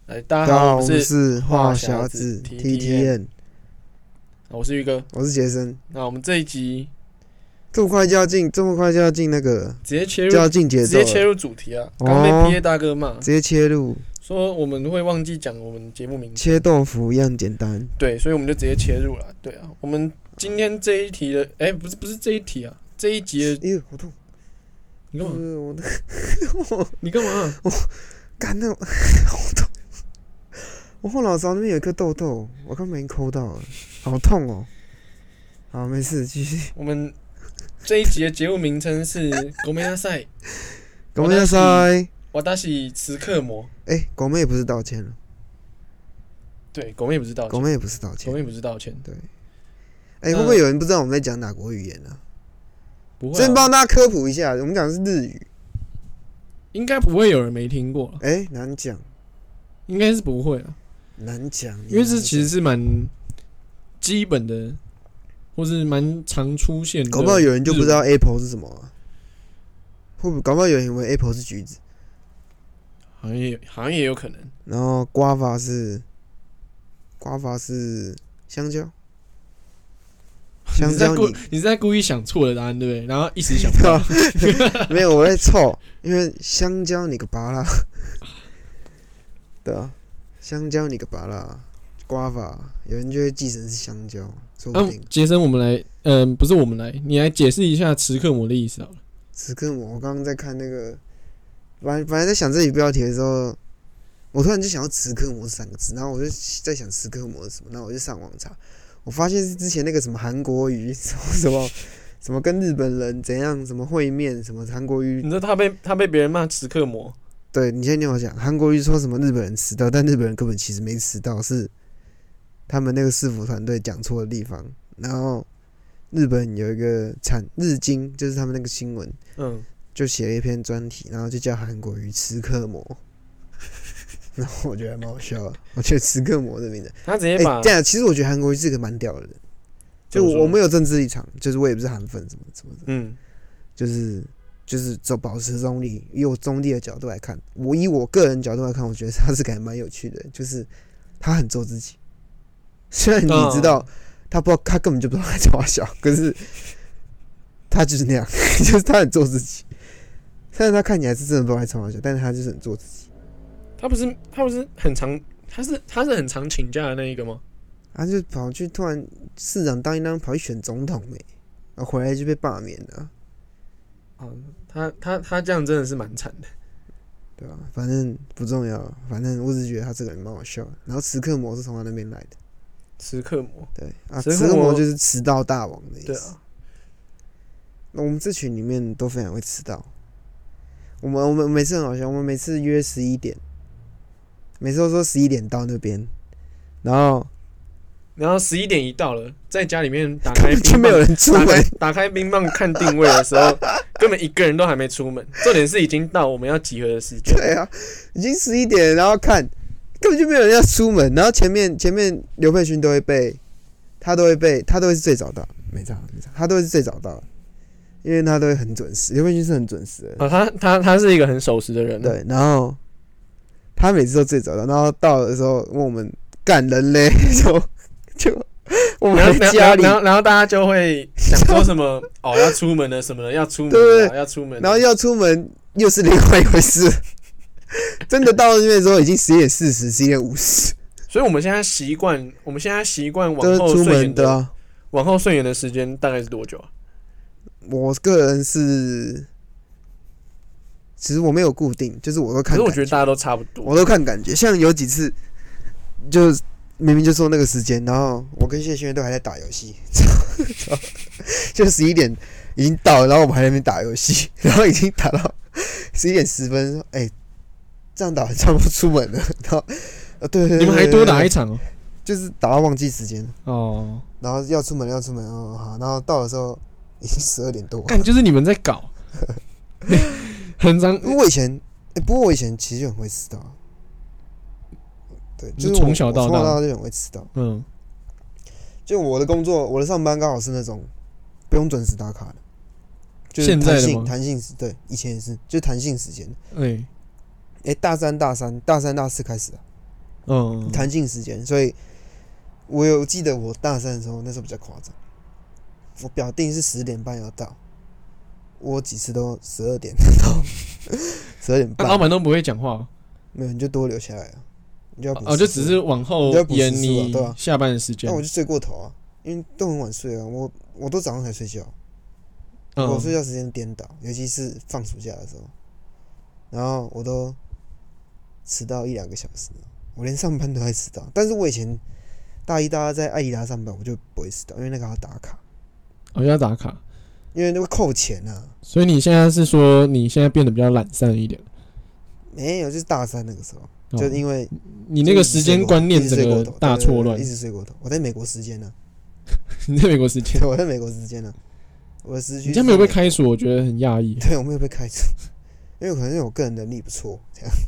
大家好， 我们是话匣子 TTN， 我是玉哥， 我是杰森。 那我们这一集这么快就要进那个， 直接切入， 就要进节奏了， 直接切入主题啊！刚被 PA 大哥骂， 直接切入， 说我们会忘记讲我们节目名称， 切豆腐一样简单。 对，所以我们就直接切入了。对啊，我们今天这一题的，不是这一题啊，这一集的， 好痛！ 你干嘛？ 我你干嘛？ 干那好痛！我后脑勺那边有一颗痘痘，我刚没抠到了，好痛哦！好，没事，继续。 我们这一集的节目名称是“狗妹大赛”， 狗妹大赛， 私磁刻魔。 狗妹也不是道歉了。 对，狗妹不是道歉。 狗妹也不是道歉。 狗妹不是道歉。 对。会不会有人不知道我们在讲哪国语言呢？ 不会、啊。 先帮大家科普一下，我们讲的是日语。 应该不会有人没听过。 难讲。 应该是不会啊。 难讲， 因为这其实是蛮基本的，或是蛮常出现的。 搞不好有人就不知道 Apple 是什么啊？会不会搞不好有人以为 Apple 是橘子？ 好像也有可能。 然后瓜法是香蕉。香蕉你是在故意想错的答案对不对？然后一时想不到。 没有，我在凑，因为香蕉你个巴拉。对啊。香蕉你个拔啦，瓜法有人就会记成是香蕉，说不定。 杰森，我们来，不是我们来，你来解释一下磁刻魔的意思好了。 磁刻魔，我刚刚在看那个，本来在想这里标题的时候，我突然就想到磁刻魔这3个字，然后我就在想磁刻魔是什么，然后我就上网查，我发现是之前那个什么韩国语什么跟日本人怎样什么会面什么韩国语， 你知道他被别人骂磁刻魔。 对，你先听我讲，韩国瑜说什么日本人迟到，但日本人根本其实没迟到，是他们那个市府团队讲错的地方。然后日本有一个日经，就是他们那个新闻，就写了一篇专题，然后就叫韩国瑜磁刻魔。然后我觉得还蛮好笑的，我觉得磁刻魔这名字， 他直接把这样，其实我觉得韩国瑜是个蛮屌的人，就我没有政治立场，就是我也不是韩粉什么的，就是保持中立，以我中立的角度来看，以我个人角度来看，我觉得他是个蛮有趣的，就是他很做自己。虽然你知道他根本就不知道他在嘲笑，可是他就是那样，就是他很做自己。虽然他看起来是真的不知道在嘲笑，但是他就是很做自己。 他不是很常，他是很常请假的那一个吗？ 他就跑去突然市长当一当，跑去选总统然后回来就被罢免了。 他这样真的是蛮惨的， 对吧？反正不重要，反正我只是觉得他这个人蛮好笑的。然后磁刻魔是从他那边来的， 磁刻魔， 对啊，磁刻魔就是迟到大王的意思。 对啊， 那我们这群里面都非常会迟到。我们每次很好笑，我们每次约11点，每次都说11点到那边，然后 11点一到了，在家里面打开就没有人出门， 打开冰棒看定位的时候，根本一个人都还没出门。重点是已经到我们要集合的时间。 对啊，已经11点，然后看根本就没有人要出门，然后前面刘佩勋都会被，他都会是最早到，没差，他都会是最早到，因为他都会很准时。刘佩勋是很准时的。 他是一个很守时的人。 对，然后他每次都最早到，然后到的时候问我们干人嘞，就我们在家里， 然后大家就会想说什么要出门了什么的，要出门了，要出门了， 然后要出门又是另外一回事。真的到那边的时候已经11点40、11点50， 所以我们现在习惯往后出门的啊。 往后顺延的时间大概是多久啊？ 我个人是，其实我没有固定，就是我都看感觉。 可是我觉得大家都差不多， 我都看感觉。像有几次，就明明就说那个时间，然后我跟谢轩都还在打游戏，就11点已经到了，然后我们还在那边打游戏，然后已经打到11点10分，这样打差不多出门了。然后，对， 你们还多打一场哦， 就是打到忘记时间哦。然后要出门哦，好，然后到的时候已经12点多。 干，就是你们在搞，很脏。 不过我以前其实就很会迟到。对，就是从小到大就很会迟到。就我的工作，我的上班刚好是那种不用准时打卡的，就是弹性对，以前也是，就是弹性时间。大三大四开始啊， 弹性时间，所以我有记得我大三的时候，那时候比较夸张，我表定是10点半要到，我几次都12点到，12点半。 老板都不会讲话， 没有你就多留下来啊，你就要就只是往后延你下班的时间。 那我就睡过头啊，因为都很晚睡啊，我都早上才睡觉，我睡觉时间颠倒，尤其是放暑假的时候，然后我都迟到1-2个小时，我连上班都还迟到。但是我以前大一、大二在艾迪达上班，我就不会迟到，因为那个要打卡。要打卡，因为那会扣钱啊。所以你现在是说你现在变得比较懒散一点？没有，就是大三那个时候，就因为你那个时间观念整个大错乱，一直睡过头。我在美国时间呢。你在美国时间？对，我在美国时间呢。我的时区。你家没有被开除，我觉得很讶异。对，我没有被开除，因为可能我个人能力不错，这样。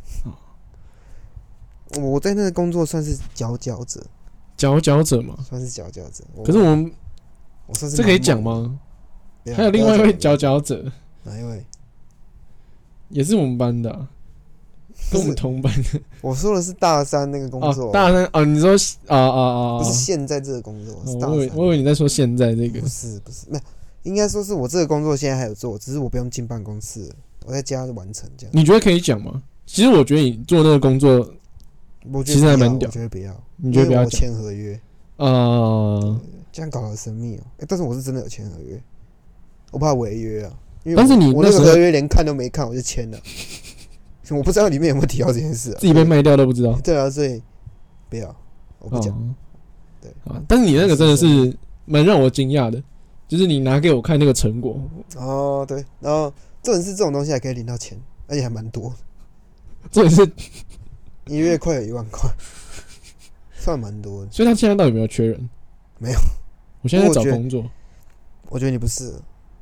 我在那个工作算是佼佼者。佼佼者嘛，算是佼佼者。可是我算是这可以讲吗？还有另外一位佼佼者，哪一位？也是我们班的、啊，跟我们同班的。我说的是大三那个工作。大三哦，你说不是现在这个工作，是大三。我以为你在说现在这个。不是，没有，应该说是我这个工作现在还有做，只是我不用进办公室了，我在家完成这样。你觉得可以讲吗？其实我觉得你做那个工作。其实还蛮屌，我觉得不要，你觉得不要签合约？这样搞得神秘哦。但是我是真的有签合约，我怕违约啊。因为但是你那个合约连看都没看我就签了，我不知道里面有没有提到这件事、啊，自己被卖掉都不知道。对啊，所以不要，我不讲。对啊，但是你那个真的是蛮让我惊讶的，就是你拿给我看那个成果。哦，对，然后重点是这种东西还可以领到钱，而且还蛮多。重点是。1月快有1万块，算蛮多的。所以他现在到底有没有缺人？没有。我现在在找工作。我觉得你不适合。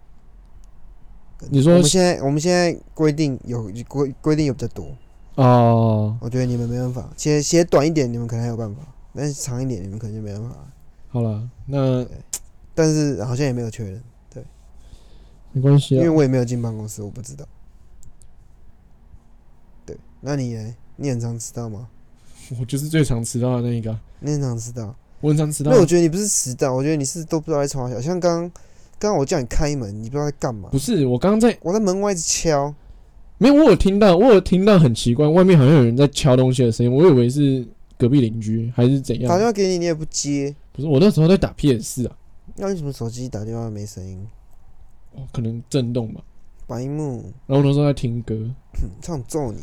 你说我们现在规定有比较多哦。我觉得你们没办法，写短一点你们可能还有办法，但是长一点你们可能就没办法。好了，那但是好像也没有缺人，对，没关系啊，因为我也没有进办公室，我不知道。对，那你呢？你很常迟到吗？我就是最常迟到的那一个。你很常迟到？我很常迟到。那我觉得你不是迟到，我觉得你是都不知道在冲啥小。像刚刚我叫你开门，你不知道在干嘛。不是，我在门外一直敲。没有，我有听到很奇怪，外面好像有人在敲东西的声音，我以为是隔壁邻居还是怎样。打电话给你，你也不接。不是，我那时候在打 PS4 啊。那为什么手机打电话没声音？可能震动吧。白目。然后我那时候在听歌。他想揍你。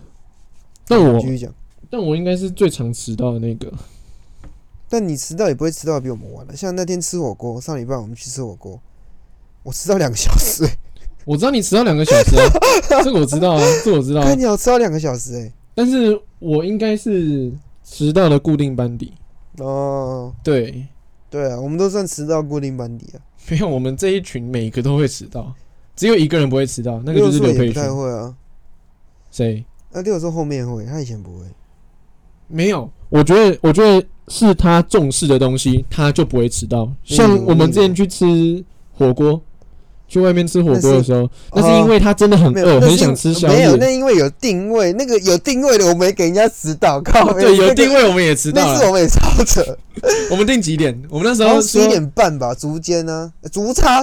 但我应该是最常迟到的那个。但你迟到也不会迟到比我们晚了。像那天吃火锅，上礼拜我们去吃火锅，我迟到2个小时、欸。我知道你迟到2个小时啊，这个我知道啊，这我知道、啊。看你好迟到2个小时欸。但是我应该是迟到的固定班底。哦，对，对啊，我们都算迟到固定班底啊。没有，我们这一群每个都会迟到，只有一个人不会迟到，那个就是刘佩勋。不太会啊。谁？六叔后面会，他以前不会。没有，我觉得是他重视的东西，他就不会迟到。像我们之前去吃火锅，去外面吃火锅的时候，那是因为他真的很饿，很想吃宵夜。没有，那因为有定位，那个有定位的我们也给人家迟到。靠，对，有定位我们也迟到了。那次我们也超扯。我们定几点？我们那时候11点半吧，竹间呢，竹叉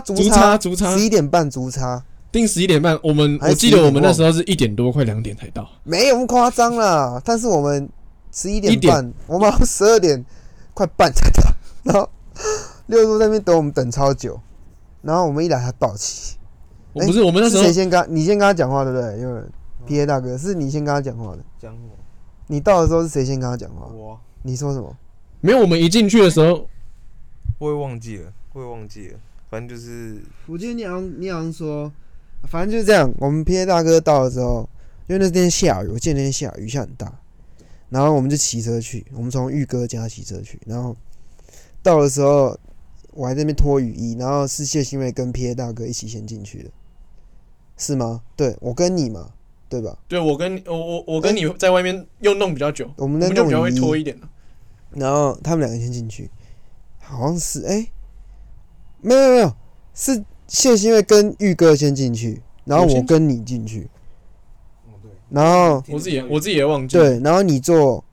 ，11点半竹叉。定11点半，我记得我们那时候是1点多，快2点才到。没有那么夸张啦，但是我们11点半，我们好像12点快半才到，然后六叔在那边等我们等超久，然后我们一来他爆气。不是我们那时候，你先跟他讲话对不对？因为 PA 大哥是你先跟他讲话的。讲什么？你到的时候是谁先跟他讲话？我。你说什么？没有，我们一进去的时候，我也忘记了，反正就是，我记得你好像说。反正就是这样，我们 PA 大哥到的时候，因为那天下雨，我记得那天下雨下很大，然后我们就骑车去，我们从玉哥家骑车去，然后到的时候我还在那边脱雨衣，然后是谢欣瑞跟 PA 大哥一起先进去的，是吗？对，我跟你嘛，对吧？对，我跟你在外面又弄比较久，我们就比较会拖一点的，然后他们2个先进去，好像是没有是。谢欣瑞跟玉哥先进去，然后我跟你进去，然后我自己也忘记。对，然后你坐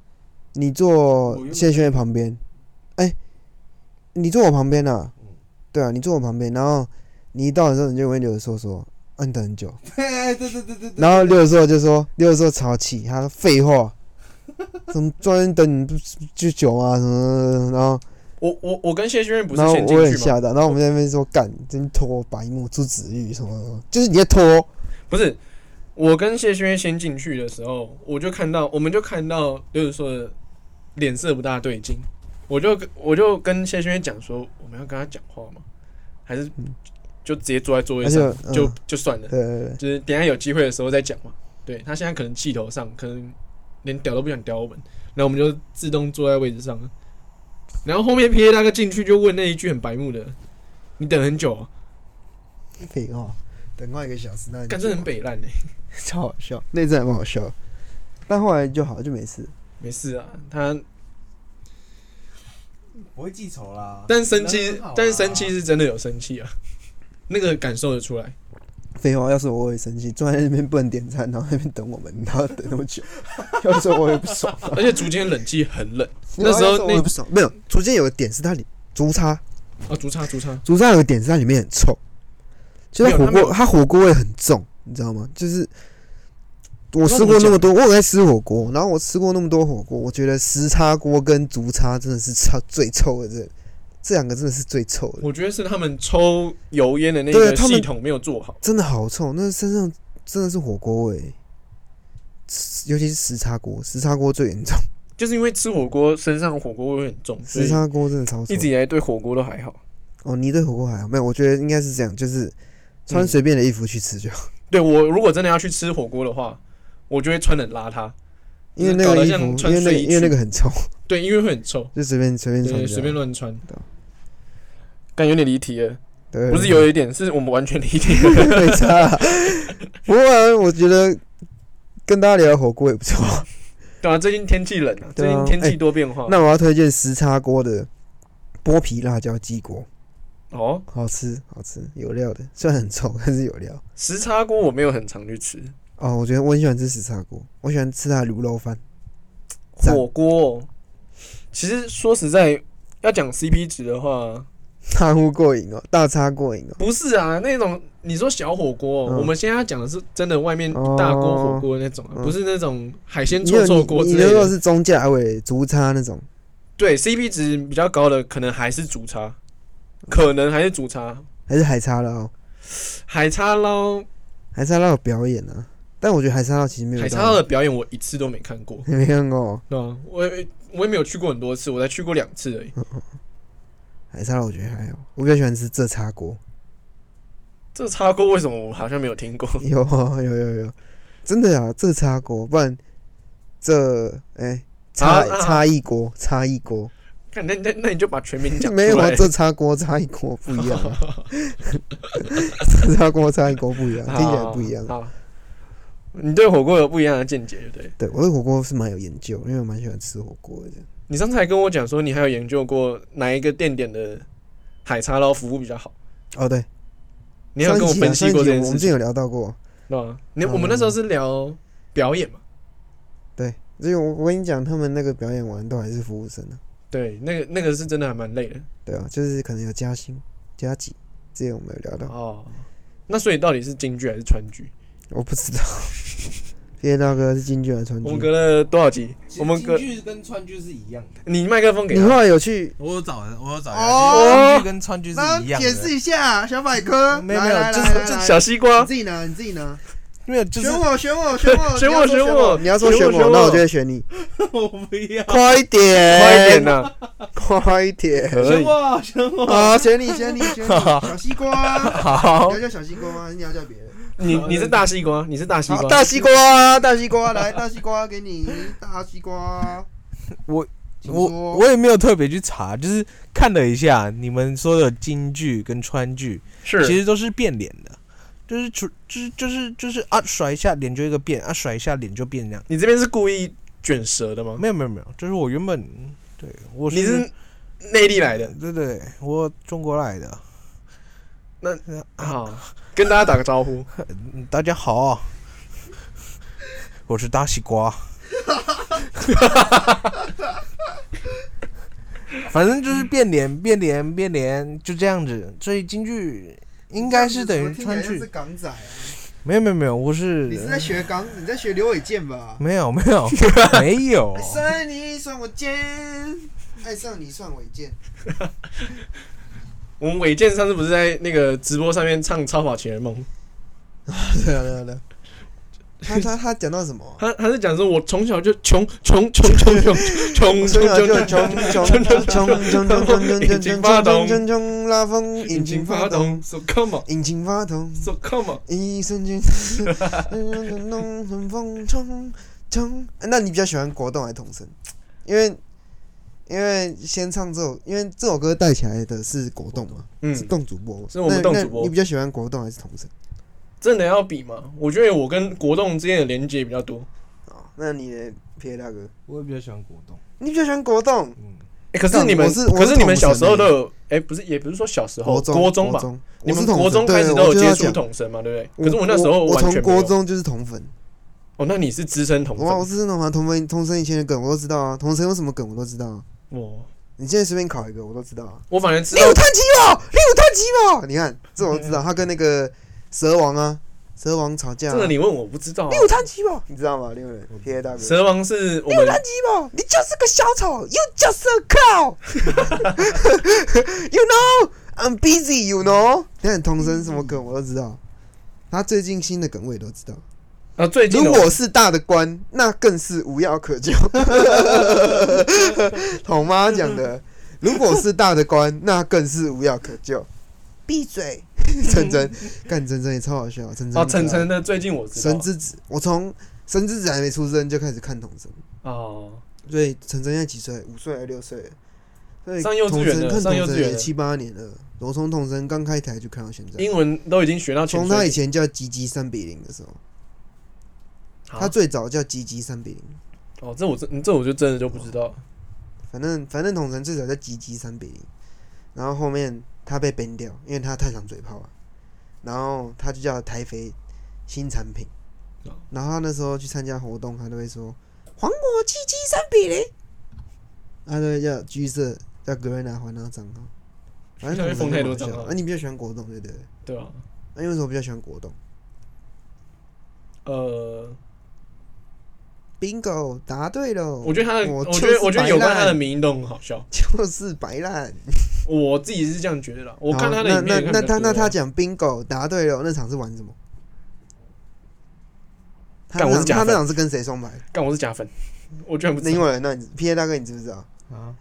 你坐谢轩旁边，你坐我旁边啊？对啊，你坐我旁边，然后你一到的时候，你就问刘硕说：“啊，你等很久。”对。然后刘硕就说：“刘硕超气，他说废话，怎么专门等你不就久啊什么？”然后我跟谢轩不是先进去吗？ 然后我很吓到，然后我们在那边说：“干，真拖白目朱子玉什么，就是你在拖。” 不是，我跟谢轩先进去的时候，我们就看到刘硕的脸色不大对劲。我就跟谢轩讲说，我们要跟他讲话吗？还是就直接坐在座位上就算了？ 对， 就是等一下有机会的时候再讲嘛。对，他现在可能气头上，可能连屌都不想屌我们，然后我们就自动坐在位置上。然后后面 PA 大哥进去就问那一句很白目的：“你等很久啊？” 废话，等快1个小时，那干真很北烂超好笑，那阵还蛮好笑，但后来就好，就没事。 没事啊，他。 不会记仇啦， 但生气是真的有生气啊，那个感受得出来。 废话，要是我会生气，坐在那边不能点餐，然后那边等我们，然后等那么久，要是我也不爽。 而且竹间冷气很冷，那时候我也不爽。没有，竹间有个点是它里竹叉啊，竹叉有个点是它里面很臭，就是它火锅味很重，你知道吗？就是我吃过那么多，我有在吃火锅，然后我吃过那么多火锅，我觉得石叉锅跟竹叉真的是最臭的，这两个真的是最臭的。 我觉得是他们抽油烟的那个系统没有做好， 真的好臭，那身上真的是火锅味，尤其是石叉锅最严重， 就是因为吃火锅身上火锅味很重， 石叉锅真的超臭。 一直以来对火锅都还好。 哦，你对火锅还好？没有，我觉得应该是这样，就是穿随便的衣服去吃就好。 对，我如果真的要去吃火锅的话。我就会穿得很邋遢， 因为那个衣服，因为那个很臭。 对，因为会很臭， 就随便穿， 随便乱穿。感有点离题了， 对， 不是有一点，是我们完全离题了。 没差。不过我觉得跟大家聊火锅也不错。 对啊，最近天气冷啊，最近天气多变化。 那我要推荐石叉锅的剥皮辣椒鸡锅。 哦， 好吃，有料的，虽然很臭，但是有料。 石叉锅我没有很常去吃。 哦，我觉得我很喜欢吃石叉锅，我喜欢吃它的卤肉饭。 火锅，其实说实在，要讲 CP 值的话， 大呼过瘾哦，大叉过瘾哦。 不是啊，那种你说小火锅，我们现在讲的是真的外面大锅火锅那种，不是那种海鲜臭锅之类的。 你如果是中价位竹叉那种， 对 CP 值比较高的，可能还是竹叉，还是海叉捞。 海叉捞有表演啊。但我觉得海叉捞其实没有。 海叉捞的表演我一次都没看过。 你没看过？ 对啊，我也没有去过很多次，我才去过2次而已。 海叉捞我觉得还好，我比较喜欢吃这叉锅。 这叉锅为什么我好像没有听过？ 有，真的啊，这叉锅，不然差异锅。 看那你就把全名讲出来。 没有啊，这叉锅差异锅不一样。这叉锅差异锅不一样，听起来不一样。 好，你对火锅有不一样的见解，对不对？ 对，我对火锅是蛮有研究，因为我蛮喜欢吃火锅的。 你上次还跟我讲说，你还有研究过哪一个店点的海叉捞服务比较好？ 哦，对， 你有跟我分析过这件事情。 我们之前有聊到过， 对吧？我们那时候是聊表演嘛。 对，所以我跟你讲，他们那个表演完都还是服务生啊。 对，那个是真的还蛮累的。 对啊，就是可能有加薪、加级，之前我们有聊到。 哦，那所以到底是京剧还是川剧？ 我不知道。谢大哥是京剧还是川剧？ 我们隔了多少集？我们京剧跟川剧是一样的。 你麦克风给他。 你后来有去？ 我有找一下。京剧跟川剧是一样的。 解释一下，小百科。 没有， 就是小西瓜。 你自己拿。 没有，就是选我。 你要说选我，那我就会选你。 我不要。 快一点呐！ 快一点。 选我。 好，选你。小西瓜。 好。 你要叫小西瓜吗？还是你要叫别人？ 你是大西瓜，大西瓜，来，大西瓜给你，大西瓜。 我也没有特别去查，就是看了一下你们说的京剧跟川剧，其实都是变脸的。就是啊，甩一下脸就一个变啊，甩一下脸就变这样。 你这边是故意卷舌的吗？ 没有，就是我原本对我你是内地来的， 对，我中国来的。 那好，跟大家打个招呼。 大家好，我是大西瓜。 反正就是变脸，就这样子。所以京剧应该是等于川剧。 是港仔啊。 没有，你是在学你在学刘伟健吧？ 没有。 爱上你算我贱，爱上你算伟健。 我们伟健上次不是在那个直播上面唱《超跑情人梦》？ 对啊。他讲到什么？ 他是讲说，我从小就穷，引擎发动， 拉风， 引擎发动 ，So come on， 引擎发动 ，So come on， 一瞬间，顺风冲。那你比较喜欢国栋还是童声？因为先唱这首，因为这首歌带起来的是国栋嘛，是栋主播， 是我们栋主播。 你比较喜欢国栋还是童声？ 真的要比吗？我觉得我跟国栋之间的连接比较多。 那你的撇大哥， 我也比较喜欢国栋。 你比较喜欢国栋？ 可是你们小时候都有，不是，也不是说小时候，国中吧？你们国中开始都有接触统神嘛，对不对？可是我那时候完全没有。 我从国中就是同粉。 那你是资深同粉？ 我资深同粉，同神以前的梗我都知道啊，同神有什么梗我都知道啊。你现在随便考一个我都知道啊。 我反正知道。 你有探基吗？你看这我都知道，他跟那个蛇王吵架。 这个你问我不知道。 你有探基吗？你知道吗？另外撇大哥。 蛇王是我们。 你有探基吗？你就是个小丑 ，You just a cow 。You know I'm busy, you know。你看童声什么梗我都知道，他最近新的梗我也都知道。 最近如果是大的官，那更是无药可救。统妈讲的，如果是大的官，那更是无药可救。闭嘴，陈真，干陈真也超好笑。陈真的最近我知道。 神之子，我从神之子还没出生就开始看童声。所以陈真现在几岁？5岁还是6岁？ 上幼稚园了，上幼稚园 7、8年了。我从童声刚开台就看到现在， 英文都已经学到从他以前叫吉吉3-0的时候。他最早叫吉吉3-0。 这我就真的就不知道。 反正统神最早叫吉吉3-0，然后后面他被 ban 掉，因为他太常嘴炮了，然后他就叫台肥新产品。然后他那时候去参加活动，他都会说还我吉吉3-0，他都会叫橘色叫格瑞娜还他账号。反正封太多账号。 你比较喜欢国栋对不对？ 对啊。 那你为什么比较喜欢国栋？Bingo 答对了。 我觉得有关他的名音都很好笑， 就是白烂。 我自己是这样觉得啦。我看他的影片那他讲 Bingo 答对了，那场是玩什么？ 他那场是跟谁双牌？ 我是假粉，我居然不知道。 因为那你 PA 大哥你知不知道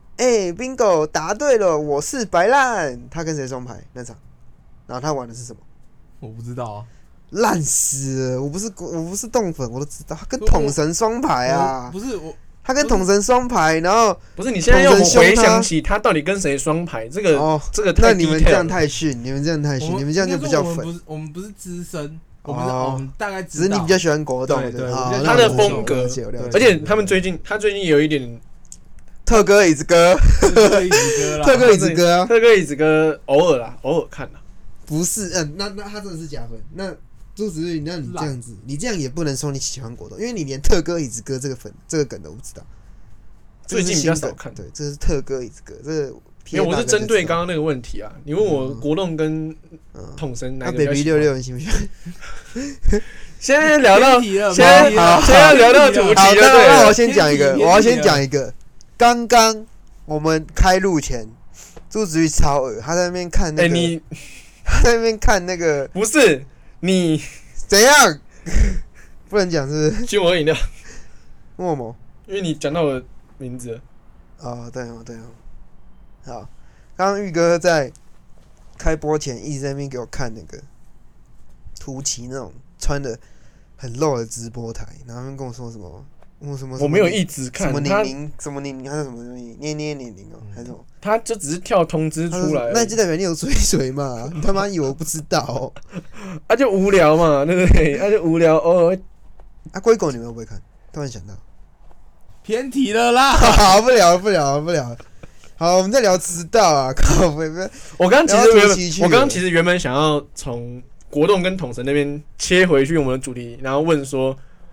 ？Bingo 答对了，我是白烂。他跟谁双牌那场？然后他玩的是什么？ 我不知道啊。 烂死了！我不是动粉，我都知道。他跟统神双排啊， 不是我， 他跟统神双排，然后不是你现在要我回想起他到底跟谁双排？这个那你们这样太逊，你们这样就不叫粉。 我们不是资深，我们大概知道。 只是你比较喜欢国栋， 对， 他的风格，而且他最近有一点特哥椅子哥，特哥椅子哥啊， 特哥椅子哥偶尔看啦。 不是，那他真的是假粉，那。朱子玉，那你这样子，你这样也不能说你喜欢国栋，因为你连特哥椅子哥这个梗都不知道。 最近比较少看。 对，这是特哥椅子哥，这是。 因为我是针对刚刚那个问题啊，你问我国栋跟统神哪个比较喜欢 ？Baby 66你喜不喜欢？ 现在聊到现在聊到主题了。 那我要先讲一个。刚刚我们开录前，朱子玉超恶，他在那边看那个，他在那边看那个， 不是。你怎样？不能讲是不是？ 请我喝饮料。 默默， 因为你讲到我的名字了。对哦。好，刚刚玉哥在开播前一直在那边给我看那个图奇那种穿的很露的直播台，然后跟我说什么我没有一直看什么宁，还是什么东西捏宁哦，还是什么？ 他就只是跳通知出来， 那就代表你有水嘛？你他妈以为我不知道？ 就无聊嘛，对不对？就无聊偶尔。 龟狗你们会不会看？突然想到， 偏题了啦。 好，不聊了。好，我们在聊迟到啊！靠， 我刚其实原本想要从国栋跟统神那边切回去我们的主题，然后问说，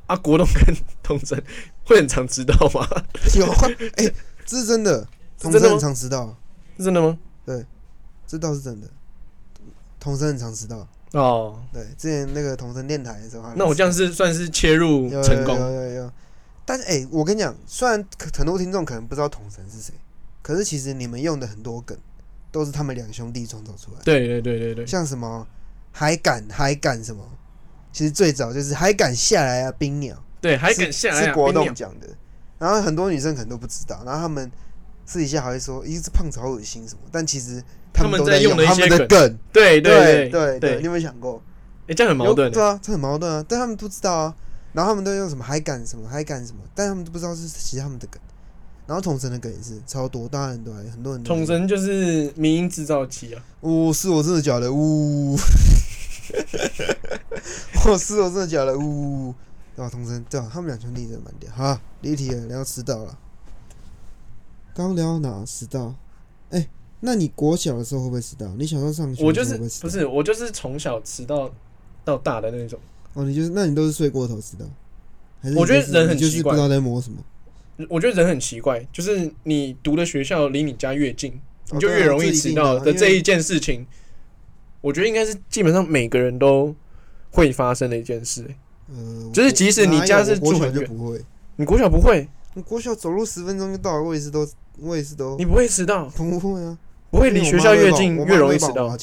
啊，国栋跟童真会很常迟到吗？ 有啊，这是真的，童真很常迟到， 是真的吗？ 对，这倒是真的，童真很常迟到。 哦， 对，之前那个童声电台的时候， 那我这样算是切入成功。 有，但是我跟你讲，虽然很多听众可能不知道童声是谁，可是其实你们用的很多梗都是他们两兄弟创造出来的。 对，像什么海敢什么，其实最早就是海敢下来啊，冰鸟。 对，海敢下来啊， 是国栋讲的。然后很多女生可能都不知道，然后他们私底下还会说，一直胖子好恶心什么，但其实他们都在用他们的梗。 对， 你有没有想过？ 这样很矛盾。 对啊，这很矛盾啊，但他们不知道啊。然后他们都用什么海敢什么，但他们都不知道是其实他们的梗。然后统神的梗也是超多，当然对，很多人。 统神就是迷因制造机啊！ 是我真的假的？是我真的假的？对吧？统神对吧？他们两兄弟真的蛮屌。好，离题了，聊迟到了。刚聊哪迟到？那你国小的时候会不会迟到？你小时候上学的时候会不会迟到？ 我就是从小迟到大的那种。 那你都是睡过头迟到？还是我觉得人很奇怪， 就是不知道在摸什么。 我觉得人很奇怪，就是你读的学校离你家越近，你就越容易迟到的这一件事情，我觉得应该是基本上每个人都会发生的一件事。就是即使你家是住很远，你国小不会， 你国小走路10分钟就到了，我也是都， 你不会迟到？ 不会啊， 不会离学校越近越容易迟到。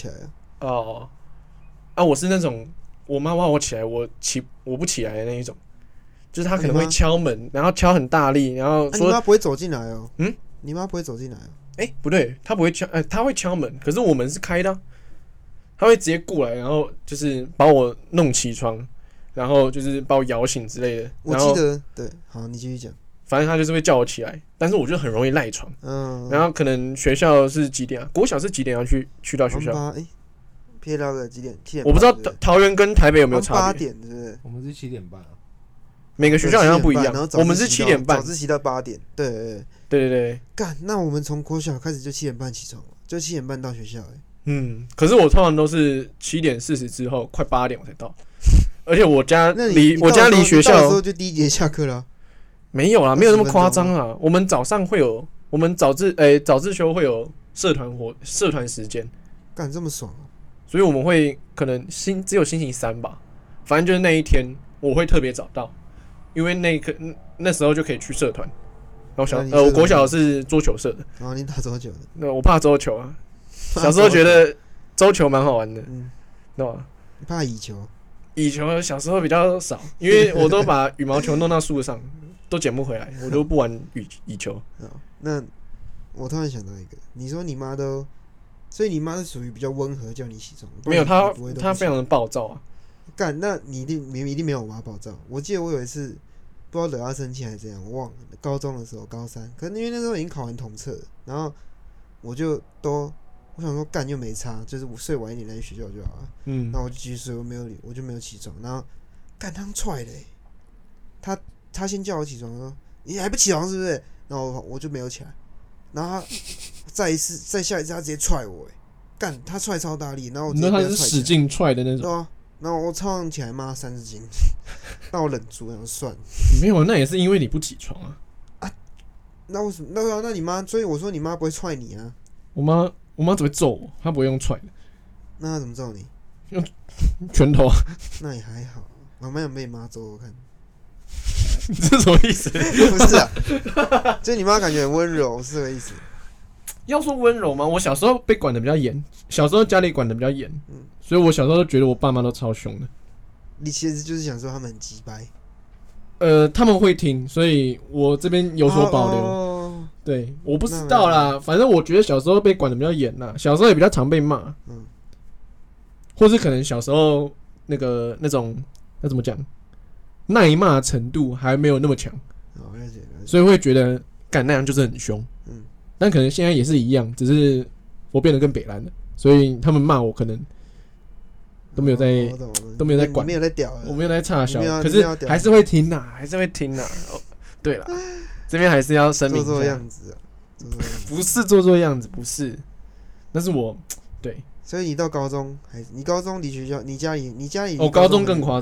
我是那种我妈挖我起来，我不起来的那一种。就是他可能会敲门，然后敲很大力，然后说：“ 你妈不会走进来哦。”你妈不会走进来哦。 不对，她不会敲，她会敲门，可是我门是开的，她会直接过来，然后就是把我弄起床，然后就是把我摇醒之类的。 我记得，对，好，你继续讲。 反正她就是会叫我起来，但是我就很容易赖床。然后可能学校是几点啊？国小是几点要去到学校？ 撇到个几点？7点。 我不知道桃园跟台北有没有差别。8点，是不是？ 我们是7点半啊。 每个学校好像不一样，我们是7点半， 早自习到8点。 对。 干，那我们从国小开始就7点半起床了，就7点半到学校。 可是我通常都是7点40之后，快8点我才到，而且我家离学校， 到的时候就第一节下课了。 没有啦，没有那么夸张啊。我们早上会有，我们早自修会有社团时间， 干这么爽啊！ 所以我们会可能只有星期3吧，反正就是那一天我会特别早到。因为那时候就可以去社团，然后我国小是桌球社的。 你打桌球的？ 那我怕桌球啊，小时候觉得桌球蛮好玩的，对吧？ 你怕羽球？ 羽球小时候比较少，因为我都把羽毛球弄到树上，都捡不回来，我都不玩羽球。 那我突然想到一个，你说你妈都，所以你妈是属于比较温和叫你起床？ 没有，她非常的暴躁啊。 干，那你一定没有我妈暴躁。我记得我有一次不知道惹她生气还是怎样，我忘了。高中的时候，高3，可能因为那时候已经考完统测了，然后我想说干又没差，就是我睡晚一点再去学校就好了。然后我就继续睡，我就没有起床。然后干他踹的，他先叫我起床，说你还不起床是不是？然后我就没有起来。然后他再下一次他直接踹我，干他踹超大力，然后我直接被他踹起来。 那他是使劲踹的那种。 对啊。然后我超想起来骂30斤，但我忍住，然后算了。 没有，那也是因为你不起床啊。 那为什么？那你妈，所以我说你妈不会踹你啊。 我妈只会揍我，她不会用踹的。 那她怎么揍你？ 用拳头啊。 那也还好，我蛮想被你妈揍我看。 这是什么意思？ 不是啊，就你妈感觉很温柔，是这个意思。 要说温柔吗？我小时候被管的比较严，小时候家里管的比较严，所以我小时候都觉得我爸妈都超凶的。 你其实就是想说他们很鸡掰， 他们会听，所以我这边有所保留。对，我不知道啦，反正我觉得小时候被管的比较严啦，小时候也比较常被骂，或是可能小时候那种要怎么讲，耐骂程度还没有那么强，所以会觉得干那样就是很凶。但可能现在也是一样，只是我变得更北蓝了，所以他们骂我可能都没有在管， 没有在屌， 我没有在插小，可是还是会听呐，对了，这边还是要声明一下， 做样子啊， 不是做样子，不是，那是我对。 所以你到高中你高中离学校，你家里， 高中更夸张，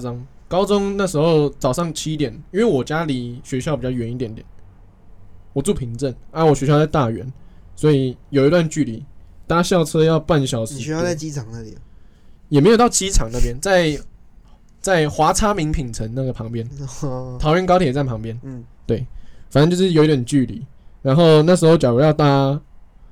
高中那时候早上7点，因为我家离学校比较远一点点，我住平镇啊，我学校在大园，所以有一段距离，搭校车要半小时。 你学校在机场那里？ 也没有到机场那边，在华差名品城那个旁边，桃园高铁站旁边。对，反正就是有一点距离。然后那时候假如要搭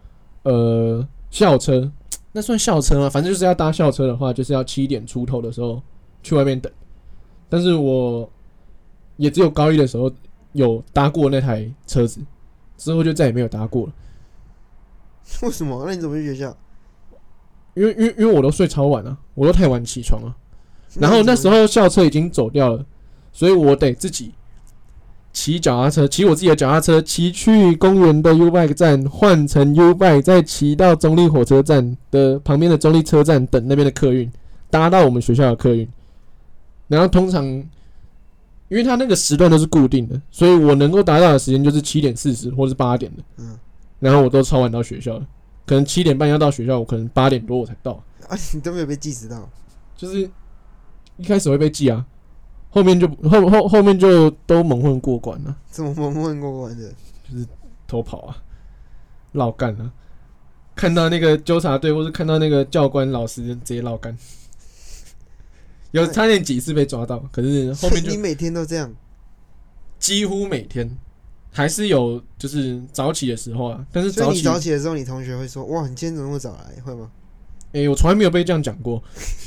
校车，那算校车吗？反正就是要搭校车的话，就是要7点出头的时候去外面等。但是我也只有高一的时候有搭过那台车子，之后就再也没有搭过了。 为什么？那你怎么去学校？ 因为我都睡超晚了，我都太晚起床了。然后那时候校车已经走掉了，所以我得自己骑脚踏车，骑我自己的脚踏车，骑去公园的 U-Bike 站，换成 U-Bike， 再骑到中立火车站的旁边的中立车站等那边的客运，搭到我们学校的客运。然后通常，因为它那个时段都是固定的，所以我能够达到的时间就是7点40或是8点的。然后我都超晚到学校了，可能7点半要到学校，我可能8点多我才到。 啊，你都没有被记时到？ 就是一开始会被记啊，后面就都蒙混过关了。 怎么蒙混过关的？ 就是偷跑啊，绕干啊，看到那个纠察队或是看到那个教官老师直接绕干。有差点几次被抓到，可是后面就你每天都这样？ 几乎每天，还是有就是早起的时候啊。但是所以你早起的时候，你同学会说：“哇，你今天怎么那么早来？”会吗？ 我从来没有被这样讲过。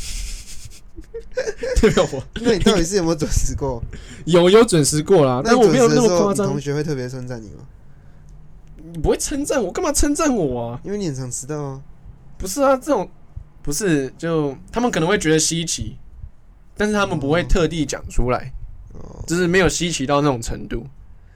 对吧？ 那你到底是有没有准时过？ 有准时过啦，但我没有那么夸张。 同学会特别称赞你吗？ 你不会称赞我，干嘛称赞我啊？ 因为你很常迟到啊。 不是啊，这种不是就他们可能会觉得稀奇，但是他们不会特地讲出来，就是没有稀奇到那种程度。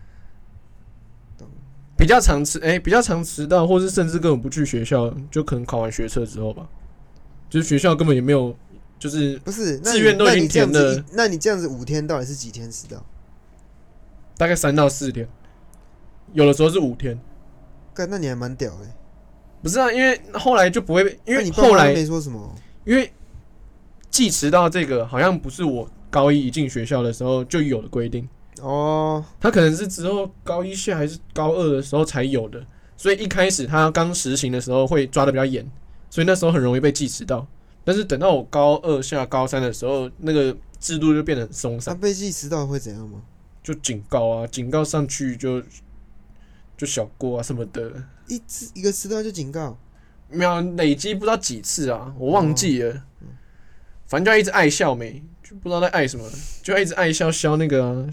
比较常迟到，或是甚至根本不去学校，就可能考完学测之后吧，就是学校根本也没有。就是不是志愿都已经填了， 那你这样子5天到底是几天迟到？ 大概3到4天，有的时候是5天。 干，那你还蛮屌的。 不是啊，因为后来就不会，因为你后来没说什么， 因为记迟到这个好像不是我高一一进学校的时候就有的规定哦， 他可能是之后高一下还是高2的时候才有的，所以一开始他刚实行的时候会抓得比较严，所以那时候很容易被记迟到。但是等到我高2下高3的时候，那个制度就变得很松散。 被记迟到会怎样吗？ 就警告啊，警告上去就小过啊什么的。 一个迟到就警告？ 没有累积不知道几次啊，我忘记了。反正就要一直爱笑没，就不知道在爱什么，就要一直爱笑消那个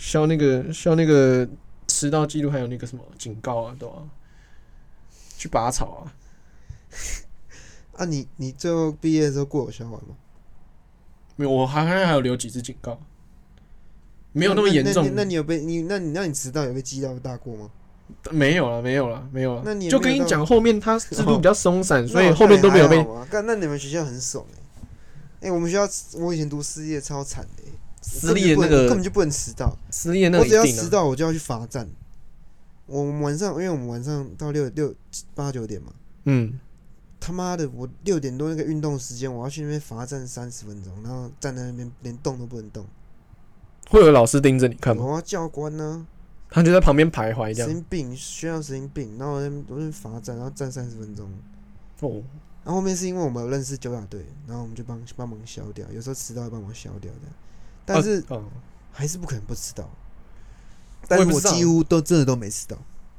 迟到记录，还有那个什么警告啊，都要去拔草啊。 啊你最后毕业的时候过有消完吗？ 没有，我还有留几次警告，没有那么严重。 那你有被那你迟到有被记到大过吗？ 没有了。 那你就跟你讲，后面它制度比较松散，所以后面都没有被。 干，那你们学校很爽我们学校我以前读私立超惨的私立那个根本就不能迟到。 私立那个一定我只要迟到我就要去罚站。我们晚上，因为我们晚上到8、9点嘛。他妈的，我6点多那个运动时间，我要去那边罚站30分钟，然后站在那边连动都不能动。 会有老师盯着你看吗？ 有啊，教官呢？ 他就在旁边徘徊这样。 神经病，学校神经病，然后我就罚站，然后站30分钟。然后后面是因为我们有认识纠察队，然后我们就帮忙消掉，有时候迟到会帮忙消掉的。但是还是不可能不迟到。但是我几乎真的都没迟到。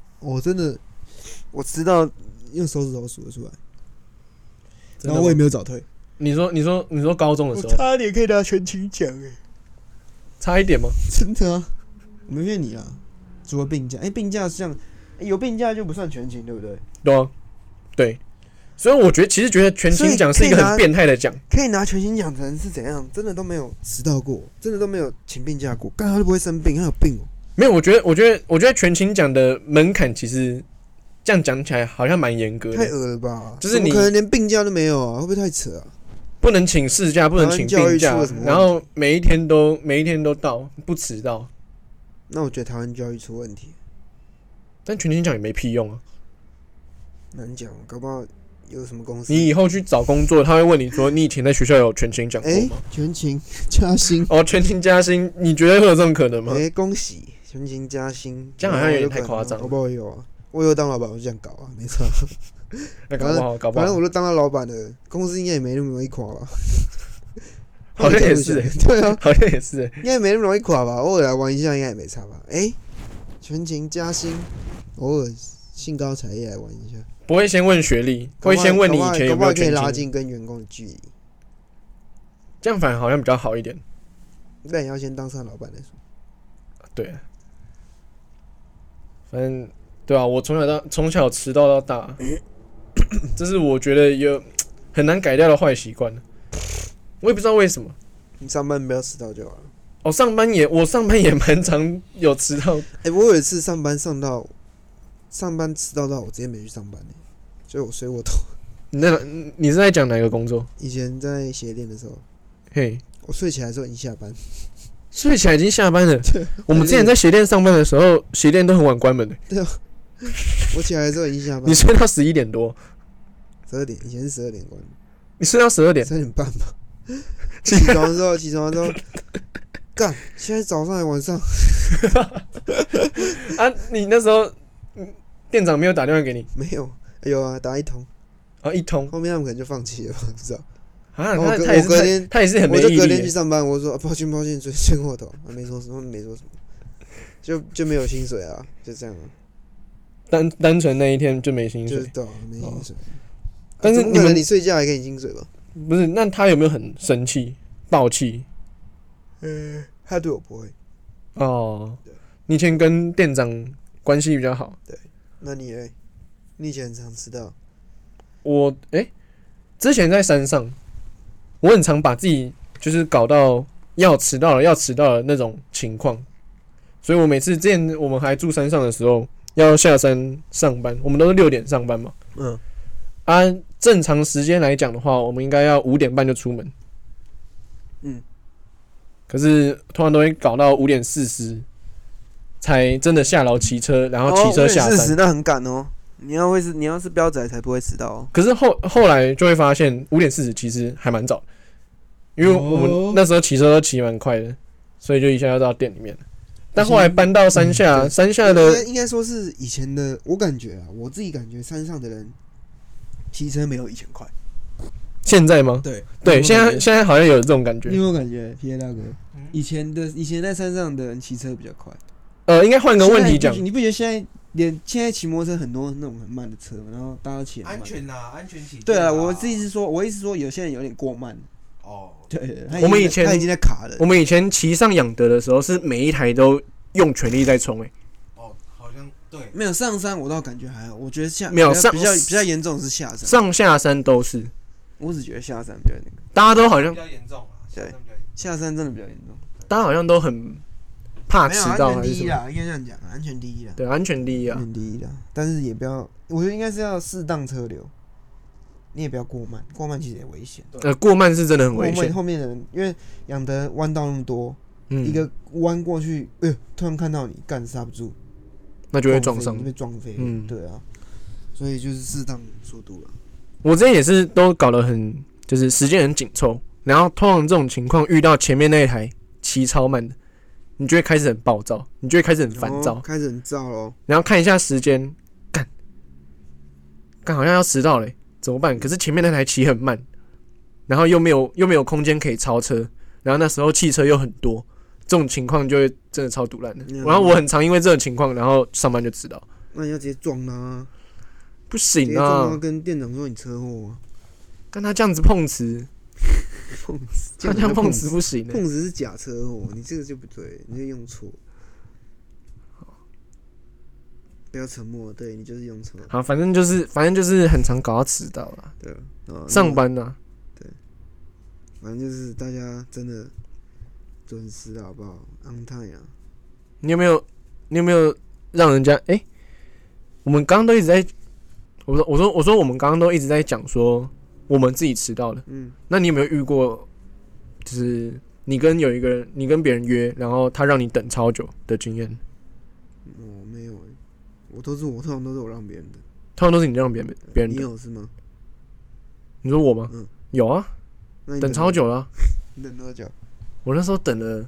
我迟到用手指头数得出来。然后我也没有早退。 你说高中的时候， 我差点可以拿全勤奖差一点吗？ 真的啊，我没骗你啊。除了病假，病假是这样，有病假就不算全勤，对不对？ 对啊，对。所以我其实觉得全勤奖是一个很变态的奖。 可以拿全勤奖的人是怎样？真的都没有迟到过，真的都没有请病假过，干他都不会生病，他有病哦。 没有，我觉得全勤奖的门槛其实。这样讲起来好像蛮严格的， 太恶了吧？ 就是你可能连病假都没有啊，会不会太扯啊？ 不能请事假，不能请病假，然后每一天都到，不迟到。 那我觉得台湾教育出问题。 但全勤奖也没屁用啊。 难讲，搞不好有什么公司？ 你以后去找工作，他会问你说，你以前在学校有全勤奖过吗？ 全勤加薪哦，全勤加薪，你觉得会有这种可能吗？ 恭喜全勤加薪， 这样好像有点太夸张。 我不有啊，我以后当老板我就这样搞啊，没错。 那搞不好， 反正我都当了老板了，公司应该也没那么容易垮吧？ 好像也是， 对啊， 好像也是， 应该没那么容易垮吧？偶尔来玩一下应该也没差吧？全勤加薪，偶尔兴高采烈来玩一下。 不会先问学历，会先问你以前有没有可以拉近跟员工的距离， 这样反而好像比较好一点。 那你要先当上老板再说。 对，反正对啊，我从小迟到到大，这是我觉得有很难改掉的坏习惯。我也不知道为什么。 你上班不要迟到就好了。 我上班也蛮常有迟到。 我有一次上班迟到到我直接没去上班就我睡过头。 你是在讲哪个工作？ 以前在鞋店的时候， 嘿， 我睡起来的时候已经下班。 睡起来已经下班了。我们之前在鞋店上班的时候，鞋店都很晚关门的。 对啊，我起来的时候已经下班。 你睡到11点多 ？12点，以前是12点关。 你睡到12点？3 点半吧。起床之后，干，现在早上还晚上。 啊，你那时候店长没有打电话给你？ 没有，有啊，打一通。 一通。 后面他们可能就放弃了吧，不知道。 啊，他也是很没毅力。 我就隔天去上班，我说抱歉，睡过头，没说什么，就没有薪水啊，就这样啊。 单纯那一天就没薪水， 就是对，没薪水。 但是你睡觉还给你薪水吧？ 不是，那他有没有很生气、暴气？ 他对我不会。 哦，你以前跟店长关系比较好。 对，那你呢？你以前很常迟到。 我之前在山上，我很常把自己就是搞到要迟到了那种情况，所以我每次之前我们还住山上的时候，要下山上班，我们都是6点上班嘛。按正常时间来讲的话，我们应该要5点半就出门。可是通常都会搞到5点40才真的下楼骑车，然后骑车下山。 5点40那很赶哦。你要是标仔才不会迟到哦。 可是后来就会发现5点40其实还蛮早的，因为我们那时候骑车都骑蛮快的，所以就一下要到店里面了。但后来搬到山下的应该说是以前的，我感觉啊，我自己感觉山上的人骑车没有以前快。现在吗？对，现在好像有这种感觉。 你有没有感觉 ，P A 大哥？以前在山上的人骑车比较快。 应该换个问题讲， 你不觉得现在骑摩托车很多那种很慢的车，然后大家都骑很慢。 安全啊，安全骑。 对啊，我意思说有些人有点过慢。哦，对， 我们以前他已经在卡了。 我们以前骑上仰德的时候，是每一台都用全力在冲好像对。 没有上山，我倒感觉还好。我觉得没有比较严重的是下山。 上下山都是。 我只觉得下山比较那个。 大家都好像比较严重啊。 对，下山真的比较严重。 大家好像都很怕迟到还是什么？ 应该这样讲，安全第一啦。 对，安全第一啊。 安全第一啦，但是也不要，我觉得应该是要适当车流。你也不要过慢，过慢其实也危险。 过慢是真的很危险。 后面的人，因为仰德弯道那么多，一个弯过去，突然看到你，干刹不住， 那就会撞上， 被撞飞。对啊，所以就是适当速度了。 我之前也是都搞得很，就是时间很紧凑，然后通常这种情况遇到前面那一台骑超慢的，你就会开始很暴躁，你就会开始很烦躁， 开始很躁咯。 然后看一下时间，干好像要迟到了，怎么办？可是前面那台骑很慢，然后又没有空间可以超车，然后那时候汽车又很多，这种情况就会真的超堵烂的。然后我很常因为这种情况，然后上班就迟到。 那你要直接撞他。 不行啊！直接撞跟店长说你车祸啊！ 跟他这样子碰瓷，他这样碰瓷不行。 碰瓷是假车祸，你这个就不对，你这用错。不要沉默，对你就是用错。 好，反正就是很常搞到迟到啦。 对， 上班啊。 对，反正就是大家真的准时好不好 ？On time 啊！ 你有没有让人家我们刚刚都一直在。我说我们刚刚都一直在讲说我们自己迟到了，那你有没有遇过，就是你跟别人约，然后他让你等超久的经验？ 没有我通常都是我让别人的， 通常都是你让别人等。 你有是吗？ 你说我吗？有啊，等超久了、啊。 你等多久？ 我那时候等了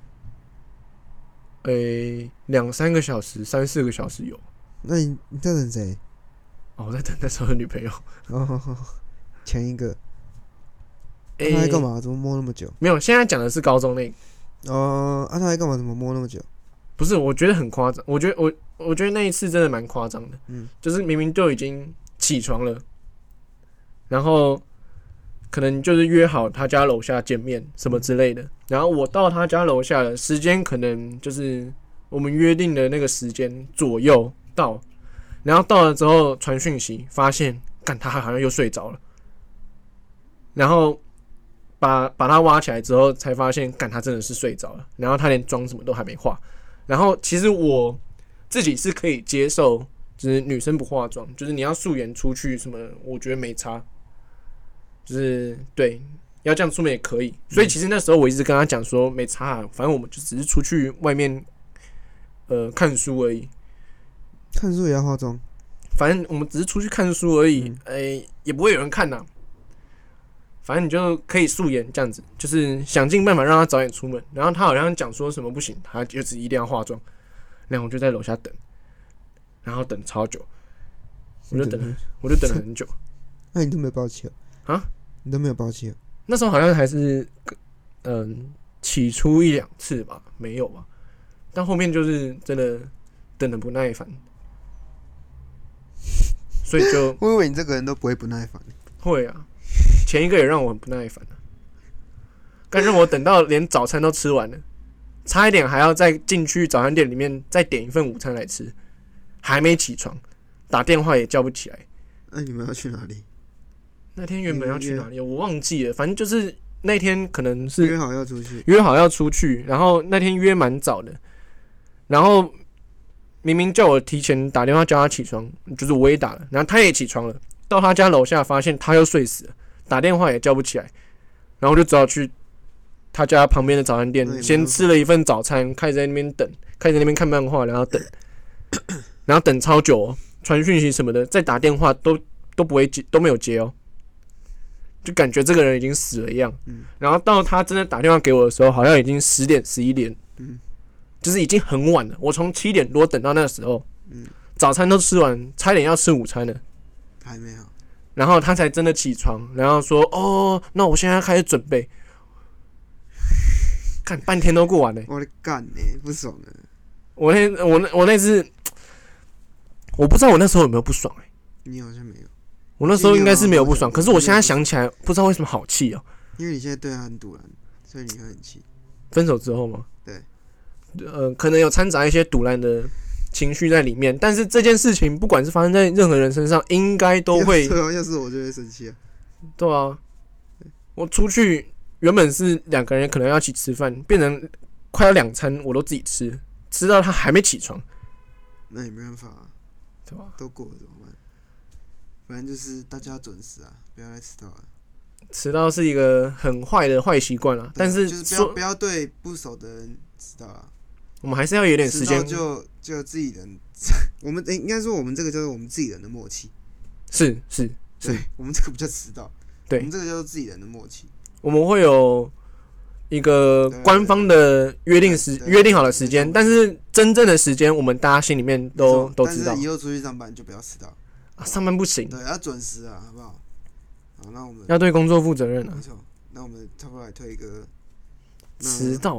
，2-3个小时，3-4个小时有。 那你在等谁？ 我在等那时候的女朋友。 前一个。他在干嘛？怎么摸那么久？ 没有，现在讲的是高中那个。 他在干嘛？怎么摸那么久？ 不是，我觉得很夸张。我觉得那一次真的蛮夸张的。就是明明就已经起床了，然后可能就是约好他家楼下见面什么之类的。然后我到他家楼下的时间可能就是我们约定的那个时间左右到，然后到了之后传讯息，发现他好像又睡着了，然后把他挖起来之后，才发现他真的是睡着了，然后他连妆什么都还没化。然后其实我自己是可以接受，就是女生不化妆，就是你要素颜出去什么，我觉得没差，就是对，要这样出门也可以。所以其实那时候我一直跟他讲说没差，反正我们就只是出去外面看书而已。 看书也要化妆？ 反正我们只是出去看书而已，也不会有人看呐。反正你就可以素颜这样子，就是想尽办法让他早点出门。然后他好像讲说什么不行，他就是一定要化妆。然后我就在楼下等，然后等超久，我就等了很久。 那你都没有爆气啊？ 你都没有爆气？ 那时候好像还是起初1-2次吧，没有吧？但后面就是真的等得不耐烦，所以就我以为你这个人都不会不耐烦。 会啊。前一个也让我很不耐烦啊，但让我等到连早餐都吃完了，差一点还要再进去早餐店里面再点一份午餐来吃，还没起床，打电话也叫不起来。 那你们要去哪里？ 那天原本要去哪里？我忘记了，反正就是那天可能是约好要出去， 然后那天约蛮早的，然后明明叫我提前打电话叫他起床，就是我也打了，然后他也起床了，到他家楼下发现他又睡死了。打电话也叫不起来，然后我就只好去他家旁边的早餐店，先吃了一份早餐，开始在那边等，开始在那边看漫画，然后等超久哦，传讯息什么的，再打电话都不会接，都没有接哦，就感觉这个人已经死了一样。然后到他真的打电话给我的时候，好像已经10点11点，就是已经很晚了。我从7点多等到那个时候，早餐都吃完，差点要吃午餐了， 还没有。 然后他才真的起床，然后说：“哦，那我现在开始准备。”看半天都过完了。 我的干呢，不爽了。 我那次，我不知道我那时候有没有不爽你好像没有。 我那时候应该是没有不爽，可是我现在想起来，不知道为什么好气哦。 因为你现在对他很堵然，所以你会很气。 分手之后吗？ 对。 可能有掺杂一些堵然的情绪在里面，但是这件事情不管是发生在任何人身上，应该都会。 对啊，要是我就会生气啊。 对啊，我出去原本是2个人可能要一起吃饭，变成快要2餐我都自己吃，吃到他还没起床。 那也没办法啊， 对吧？ 都过了怎么办？反正就是大家准时啊，不要再迟到了。 迟到是一个很坏的坏习惯啊，但是就是不要对不熟的人迟到啊。 我们还是要有点时间， 就自己人，我们应该说我们这个叫做我们自己人的默契。 是， 对，我们这个不叫迟到， 对， 我们这个叫做自己人的默契。 我们会有一个官方的约定好的时间，但是真正的时间我们大家心里面都知道。 但是以后出去上班就不要迟到啊，上班不行， 对，要准时啊，好不好？好，那我们要对工作负责任啊。 没错，那我们差不多来推一个迟到，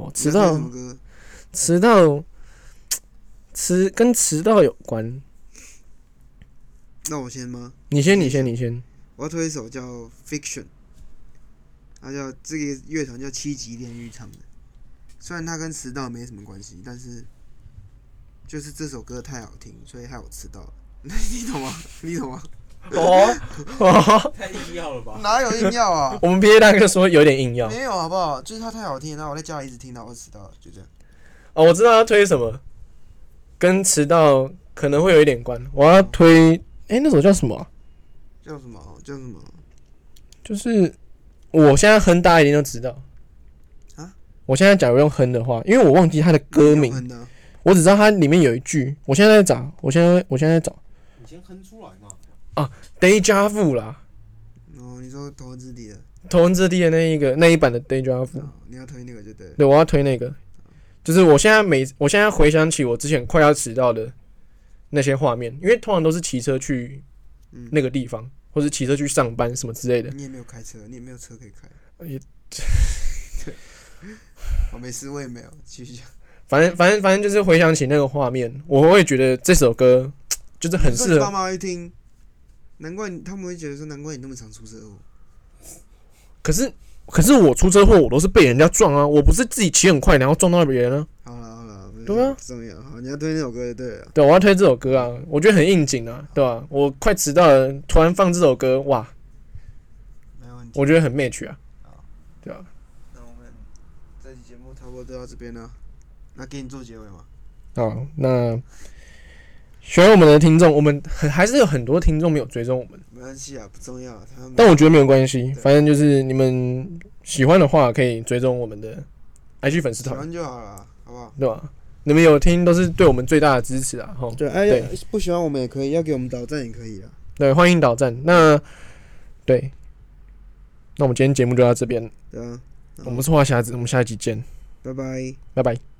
跟迟到有关。 那我先吗？ 你先。 我要推一首叫《Fiction》，它叫这个乐团叫7级炼狱唱的。虽然它跟迟到没什么关系，但是就是这首歌太好听，所以害我迟到了。你懂吗？ 太硬要了吧？ 哪有硬要啊？ 我们 PA 大哥说有点硬要， 没有好不好？就是它太好听，然后我在家里一直听到我迟到了，就这样。 哦，我知道要推什么，跟迟到可能会有一点关。我要推，那首叫什么啊？ 叫什么？ 就是我现在哼，大家一定都知道啊。 我现在假如用哼的话，因为我忘记它的歌名，我只知道它里面有一句。我现在在找，我现在在找。 你先哼出来嘛。 啊 ，Deja Vu 啦。 哦， 你说头文字 D 的， 头文字 D 的那一版的 Deja Vu， 你要推那个就对了。 对，我要推那个，就是我现在回想起我之前快要迟到的那些画面，因为通常都是骑车去那个地方，或是骑车去上班什么之类的。 你也没有开车，你也没有车可以开。 也， 我没事，我也没有。继续讲。 反正就是回想起那个画面，我会觉得这首歌就是很适合。 爸妈会听，难怪他们会觉得说，难怪你那么常出车祸。 可是我出车祸，我都是被人家撞啊，我不是自己骑很快然后撞到别人啊。 好了， 对啊， 不重要。好，你要推那首歌就对了。 对，我要推这首歌啊，我觉得很应景啊，对吧？我快迟到了，突然放这首歌，哇， 没问题， 我觉得很 match 啊。对啊。 那我们这期节目差不多就到这边了，那给你做结尾嘛。 好，那喜欢我们的听众，我们还是有很多听众没有追踪我们。 没关系啊，不重要。 但我觉得没有关系，反正就是你们喜欢的话，可以追踪我们的 IG 粉丝团， 喜欢就好了，好不好？ 对吧？你们有听都是对我们最大的支持啊！吼， 对，不喜欢我们也可以，要给我们导赞也可以啊。 对，欢迎导赞。那我们今天节目就到这边。 对啊， 我们是话匣子，我们下一集见， 拜拜， 拜拜。